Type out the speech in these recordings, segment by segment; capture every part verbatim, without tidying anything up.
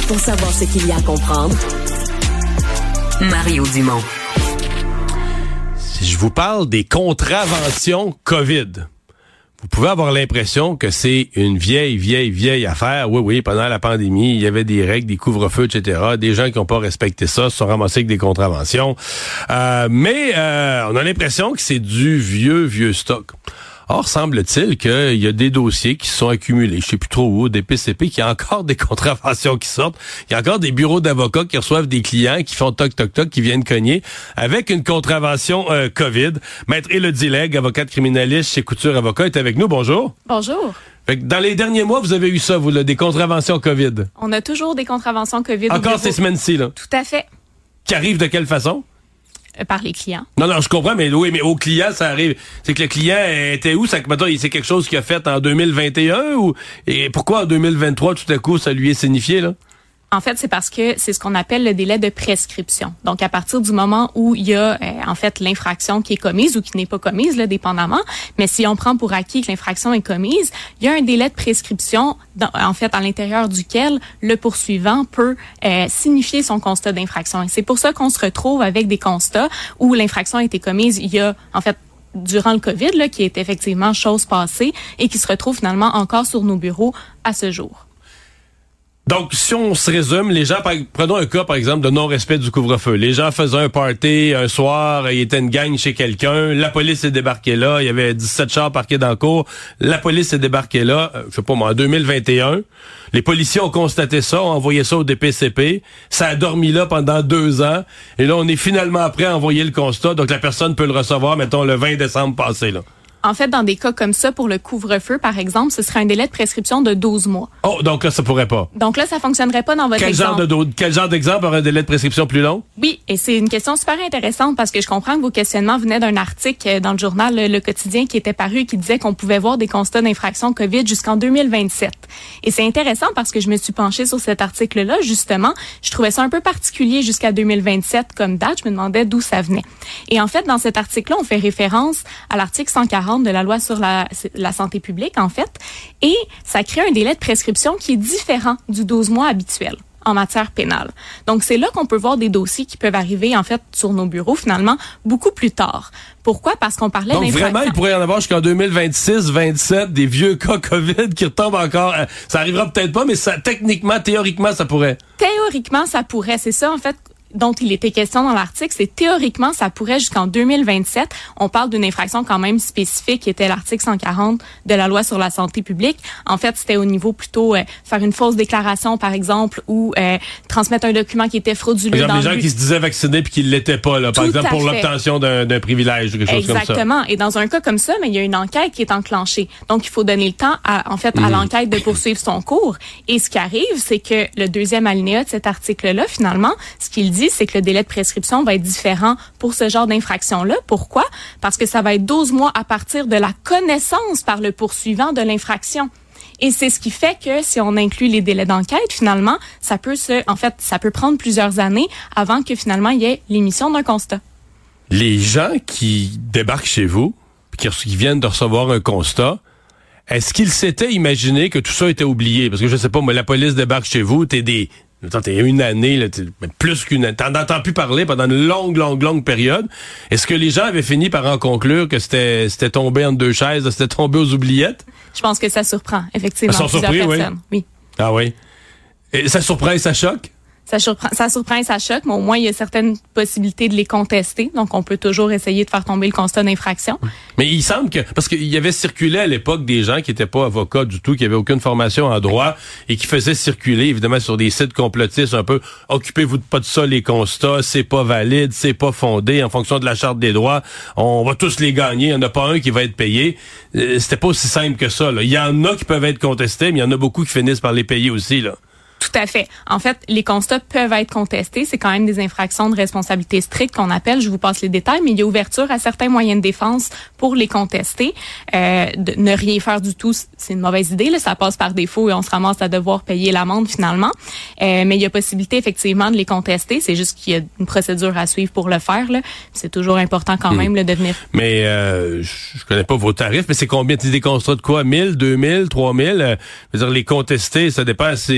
Pour savoir ce qu'il y a à comprendre, Mario Dumont. Si je vous parle des contraventions COVID, vous pouvez avoir l'impression que c'est une vieille, vieille, vieille affaire. Oui, oui, pendant la pandémie, il y avait des règles, des couvre-feux, et cetera. Des gens qui n'ont pas respecté ça se sont ramassés avec des contraventions. Euh, mais euh, on a l'impression que c'est du vieux, vieux stock. Or, semble-t-il qu'il y a des dossiers qui se sont accumulés, je sais plus trop où, des P C P, qu'il y a encore des contraventions qui sortent. Il y a encore des bureaux d'avocats qui reçoivent des clients, qui font toc, toc, toc, qui viennent cogner avec une contravention euh, COVID. Maître Élodie Legge, avocate criminaliste chez Couture Avocat, est avec nous. Bonjour. Bonjour. Fait que dans les derniers mois, vous avez eu ça, vous, là, des contraventions COVID. On a toujours des contraventions COVID. Encore ces semaines-ci, là. Tout à fait. Qui arrivent de quelle façon? Par les clients. Non, non, je comprends, mais oui, mais au client, ça arrive. C'est que le client était où? Ça, mettons, c'est quelque chose qu'il a fait en deux mille vingt et un ou, et pourquoi en deux mille vingt-trois, tout à coup, ça lui est signifié, là? En fait, c'est parce que c'est ce qu'on appelle le délai de prescription. Donc, à partir du moment où il y a, euh, en fait, l'infraction qui est commise ou qui n'est pas commise, là, dépendamment, mais si on prend pour acquis que l'infraction est commise, il y a un délai de prescription, dans, en fait, à l'intérieur duquel le poursuivant peut euh, signifier son constat d'infraction. Et c'est pour ça qu'on se retrouve avec des constats où l'infraction a été commise, il y a, en fait, durant le COVID, là, qui est effectivement chose passée et qui se retrouve finalement encore sur nos bureaux à ce jour. Donc, si on se résume, les gens, par, prenons un cas, par exemple, de non-respect du couvre-feu. Les gens faisaient un party un soir, il était une gang chez quelqu'un, la police est débarquée là, il y avait dix-sept chars parqués dans le cour, la police est débarquée là, euh, je sais pas moi, en deux mille vingt et un. Les policiers ont constaté ça, ont envoyé ça au D P C P, ça a dormi là pendant deux ans, et là, on est finalement prêt à envoyer le constat, donc la personne peut le recevoir, mettons, le vingt décembre passé, là. En fait, dans des cas comme ça, pour le couvre-feu, par exemple, ce serait un délai de prescription de douze mois. Oh, donc là, ça pourrait pas. Donc là, ça fonctionnerait pas dans votre quel exemple. Genre de, do- quel genre d'exemple aurait un délai de prescription plus long? Oui, et c'est une question super intéressante parce que je comprends que vos questionnements venaient d'un article dans le journal Le, Le Quotidien qui était paru et qui disait qu'on pouvait voir des constats d'infraction COVID jusqu'en deux mille vingt-sept. Et c'est intéressant parce que je me suis penchée sur cet article-là, justement. Je trouvais ça un peu particulier jusqu'à deux mille vingt-sept comme date. Je me demandais d'où ça venait. Et en fait, dans cet article-là, on fait référence à l'article cent quarante de la loi sur la La, la santé publique, en fait, et ça crée un délai de prescription qui est différent du douze mois habituel en matière pénale. Donc, c'est là qu'on peut voir des dossiers qui peuvent arriver, en fait, sur nos bureaux, finalement, beaucoup plus tard. Pourquoi? Parce qu'on parlait Donc, d'infraction. vraiment, il pourrait y en avoir jusqu'en deux mille vingt-six, vingt-sept, des vieux cas COVID qui retombent encore. Ça arrivera peut-être pas, mais ça, techniquement, théoriquement, ça pourrait. Théoriquement, ça pourrait. C'est ça, en fait, dont il était question dans l'article, c'est théoriquement, ça pourrait jusqu'en deux mille vingt-sept. On parle d'une infraction quand même spécifique qui était l'article cent quarante de la loi sur la santé publique. En fait, c'était au niveau plutôt euh, faire une fausse déclaration, par exemple, ou euh, transmettre un document qui était frauduleux. Par exemple, dans les gens but... qui se disaient vaccinés puis qui ne l'étaient pas, là, par Tout exemple, pour fait. l'obtention d'un, d'un privilège ou quelque chose comme ça. Exactement. Et dans un cas comme ça, mais il y a une enquête qui est enclenchée. Donc, il faut donner le temps, à, en fait, à mmh. l'enquête de poursuivre son cours. Et ce qui arrive, c'est que le deuxième alinéa de cet article-là, finalement, ce qu'il dit, c'est que le délai de prescription va être différent pour ce genre d'infraction-là. Pourquoi? Parce que ça va être douze mois à partir de la connaissance par le poursuivant de l'infraction. Et c'est ce qui fait que si on inclut les délais d'enquête, finalement, ça peut se, en fait, ça peut prendre plusieurs années avant que finalement il y ait l'émission d'un constat. Les gens qui débarquent chez vous, qui, qui viennent de recevoir un constat, est-ce qu'ils s'étaient imaginé que tout ça était oublié? Parce que je sais pas, moi, la police débarque chez vous, t'es des... Attends, t'es une année, là, t'es plus qu'une année. T'en entends plus parler pendant une longue, longue, longue période. Est-ce que les gens avaient fini par en conclure que c'était, c'était tombé entre deux chaises, c'était tombé aux oubliettes? Je pense que ça surprend, effectivement, Ils sont plusieurs surpris, personnes. Oui. oui. Ah oui. Et ça surprend et ça choque? Ça surprend, ça surprend et ça choque, mais au moins, il y a certaines possibilités de les contester. Donc, on peut toujours essayer de faire tomber le constat d'infraction. Mais il semble que... Parce qu'il y avait circulé à l'époque des gens qui n'étaient pas avocats du tout, qui n'avaient aucune formation en droit et qui faisaient circuler, évidemment, sur des sites complotistes un peu « Occupez-vous pas de ça, les constats, c'est pas valide, c'est pas fondé, en fonction de la Charte des droits, on va tous les gagner, il n'y en a pas un qui va être payé. Euh, » C'était pas aussi simple que ça, là. Il y en a qui peuvent être contestés, mais il y en a beaucoup qui finissent par les payer aussi, là. Tout à fait. En fait, les constats peuvent être contestés. C'est quand même des infractions de responsabilité stricte qu'on appelle. Je vous passe les détails, mais il y a ouverture à certains moyens de défense pour les contester. Euh, de ne rien faire du tout, c'est une mauvaise idée. Là. Ça passe par défaut et on se ramasse à devoir payer l'amende finalement. Euh, mais il y a possibilité effectivement de les contester. C'est juste qu'il y a une procédure à suivre pour le faire. Là. C'est toujours important quand même mmh. là, de venir. Mais euh, je connais pas vos tarifs, mais c'est combien? Tu des constats de quoi? mille, deux mille, trois mille? Euh, je veux dire, les contester, ça dépend. C'est, est-ce que t'es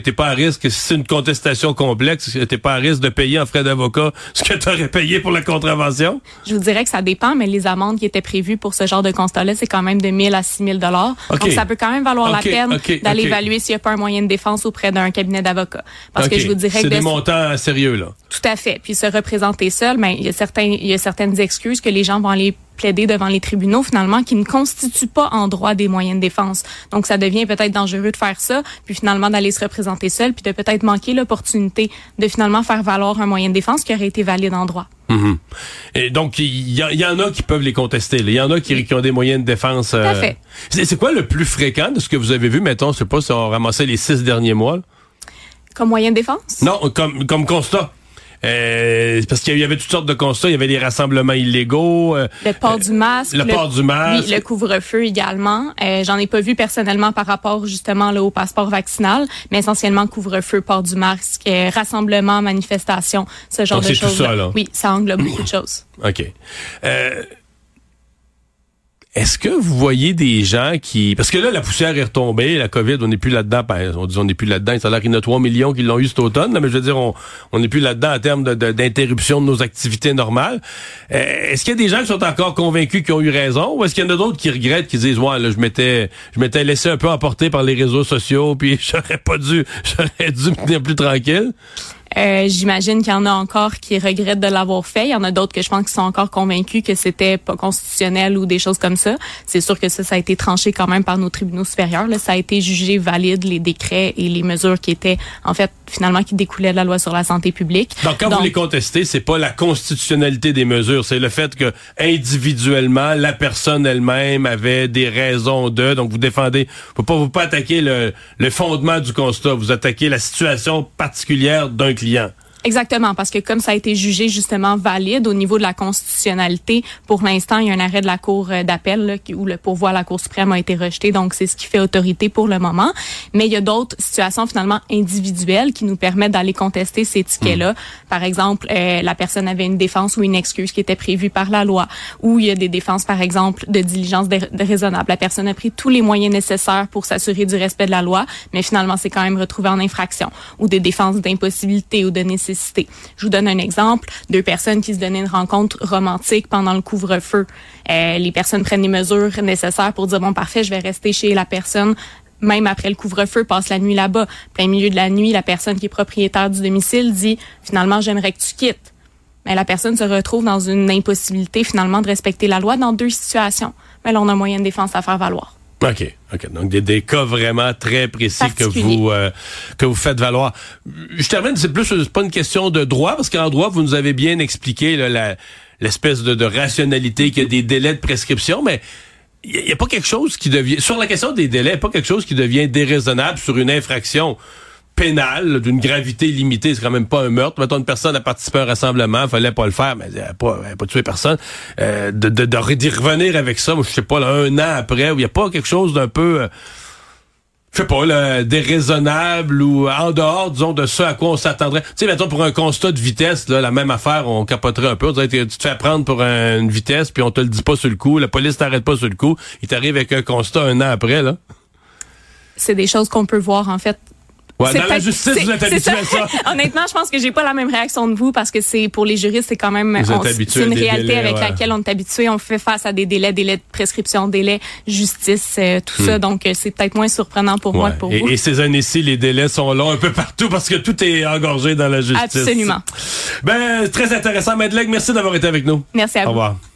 t'es pas à risque, si c'est une contestation complexe, t'es pas à risque de payer en frais d'avocat ce que t'aurais payé pour la contravention? Je vous dirais que ça dépend, mais les amendes qui étaient prévues pour ce genre de constat-là, c'est quand même de mille à six mille dollars. Okay. Donc, ça peut quand même valoir okay. la peine okay. d'aller okay. évaluer s'il n'y a pas un moyen de défense auprès d'un cabinet d'avocats. Parce okay. que je vous dirais c'est que... C'est des montants sérieux, là. Tout à fait. Puis se représenter seul, ben, il y a certains, il y a certaines excuses que les gens vont aller plaider devant les tribunaux, finalement, qui ne constituent pas en droit des moyens de défense. Donc, ça devient peut-être dangereux de faire ça, puis finalement d'aller se représenter seul, puis de peut-être manquer l'opportunité de finalement faire valoir un moyen de défense qui aurait été valide en droit. Mm-hmm. Et donc, il y, y en a qui peuvent les contester. Il y en a qui, oui. qui ont des moyens de défense. Euh... Tout à fait. C'est, c'est quoi le plus fréquent de ce que vous avez vu, mettons, je sais pas si on ramassait les six derniers mois? Là? Comme moyen de défense? Non, comme, comme constat. Euh, parce qu'il y avait toutes sortes de constats, il y avait des rassemblements illégaux, euh, le port du masque, le, le port du masque, oui, le couvre-feu également. Euh, j'en ai pas vu personnellement par rapport justement là, au passeport vaccinal, mais essentiellement couvre-feu, port du masque, euh, rassemblement, manifestation, ce genre donc de c'est choses. Tout ça, là. Oui, ça englobe beaucoup de choses. Ok. Euh, Est-ce que vous voyez des gens qui... Parce que là, la poussière est retombée, la COVID, on n'est plus là-dedans. Ben, on dit on n'est plus là-dedans. Ça a l'air qu'il y en a trois millions qui l'ont eu cet automne. Là, mais je veux dire, on n'est plus là-dedans en termes de, de, d'interruption de nos activités normales. Euh, est-ce qu'il y a des gens qui sont encore convaincus qu'ils ont eu raison? Ou est-ce qu'il y en a d'autres qui regrettent, qui disent, ouais, là, je m'étais je m'étais laissé un peu emporter par les réseaux sociaux, puis j'aurais pas dû, j'aurais dû me tenir plus tranquille? Euh, j'imagine qu'il y en a encore qui regrettent de l'avoir fait. Il y en a d'autres que je pense qui sont encore convaincus que c'était pas constitutionnel ou des choses comme ça. C'est sûr que ça, ça a été tranché quand même par nos tribunaux supérieurs. Là, ça a été jugé valide, les décrets et les mesures qui étaient, en fait, finalement, qui découlaient de la loi sur la santé publique. Donc, quand Donc, vous les contestez, c'est pas la constitutionnalité des mesures, c'est le fait que, individuellement, la personne elle-même avait des raisons de... Donc, vous défendez... Faut pas, vous pas attaquer le, le fondement du constat. Vous attaquez la situation particulière d'un client. Exactement, parce que comme ça a été jugé justement valide au niveau de la constitutionnalité, pour l'instant, il y a un arrêt de la Cour d'appel là, où le pourvoi à la Cour suprême a été rejeté, donc c'est ce qui fait autorité pour le moment. Mais il y a d'autres situations finalement individuelles qui nous permettent d'aller contester ces tickets-là. Mmh. Par exemple, euh, la personne avait une défense ou une excuse qui était prévue par la loi, ou il y a des défenses, par exemple, de diligence déraisonnable. La personne a pris tous les moyens nécessaires pour s'assurer du respect de la loi, mais finalement, c'est quand même retrouvé en infraction, ou des défenses d'impossibilité ou de nécessité. Je vous donne un exemple. Deux personnes qui se donnaient une rencontre romantique pendant le couvre-feu. Euh, les personnes prennent les mesures nécessaires pour dire, bon, parfait, je vais rester chez la personne, même après le couvre-feu, passe la nuit là-bas. Plein milieu de la nuit, la personne qui est propriétaire du domicile dit, finalement, j'aimerais que tu quittes. Mais la personne se retrouve dans une impossibilité, finalement, de respecter la loi dans deux situations. Mais là, on a un moyen de défense à faire valoir. OK, OK. Donc, des, des cas vraiment très précis que vous euh, que vous faites valoir. Je termine, c'est plus, c'est pas une question de droit, parce qu'en droit, vous nous avez bien expliqué là, la, l'espèce de, de rationalité qu'il y a des délais de prescription, mais il n'y a, a pas quelque chose qui devient... Sur la question des délais, pas quelque chose qui devient déraisonnable sur une infraction pénale d'une gravité limitée, c'est quand même pas un meurtre. Mettons, une personne a participé à un rassemblement, fallait pas le faire, mais elle n'a pas, elle a pas tué personne. Euh, de, de, de, d'y revenir avec ça, moi, je sais pas, là, un an après, où il n'y a pas quelque chose d'un peu... Euh, je sais pas, là, déraisonnable ou en dehors, disons, de ce à quoi on s'attendrait. Tu sais, mettons, pour un constat de vitesse, là, la même affaire, on capoterait un peu. On dirait que tu te fais prendre pour un, une vitesse, puis on te le dit pas sur le coup, la police t'arrête pas sur le coup, il t'arrive avec un constat un an après, là. C'est des choses qu'on peut voir, en fait. Ouais, dans la justice, vous êtes habitué à ça. Honnêtement, je pense que j'ai pas la même réaction de vous parce que c'est pour les juristes, c'est quand même on, c'est une réalité délais, avec ouais. laquelle on est habitué. On fait face à des délais, délais de prescription, délais justice, euh, tout hmm. ça. Donc c'est peut-être moins surprenant pour ouais. moi que pour et, vous. Et ces années-ci, les délais sont longs un peu partout parce que tout est engorgé dans la justice. Absolument. Ben très intéressant, Madeleine. Merci d'avoir été avec nous. Merci à vous. Au revoir.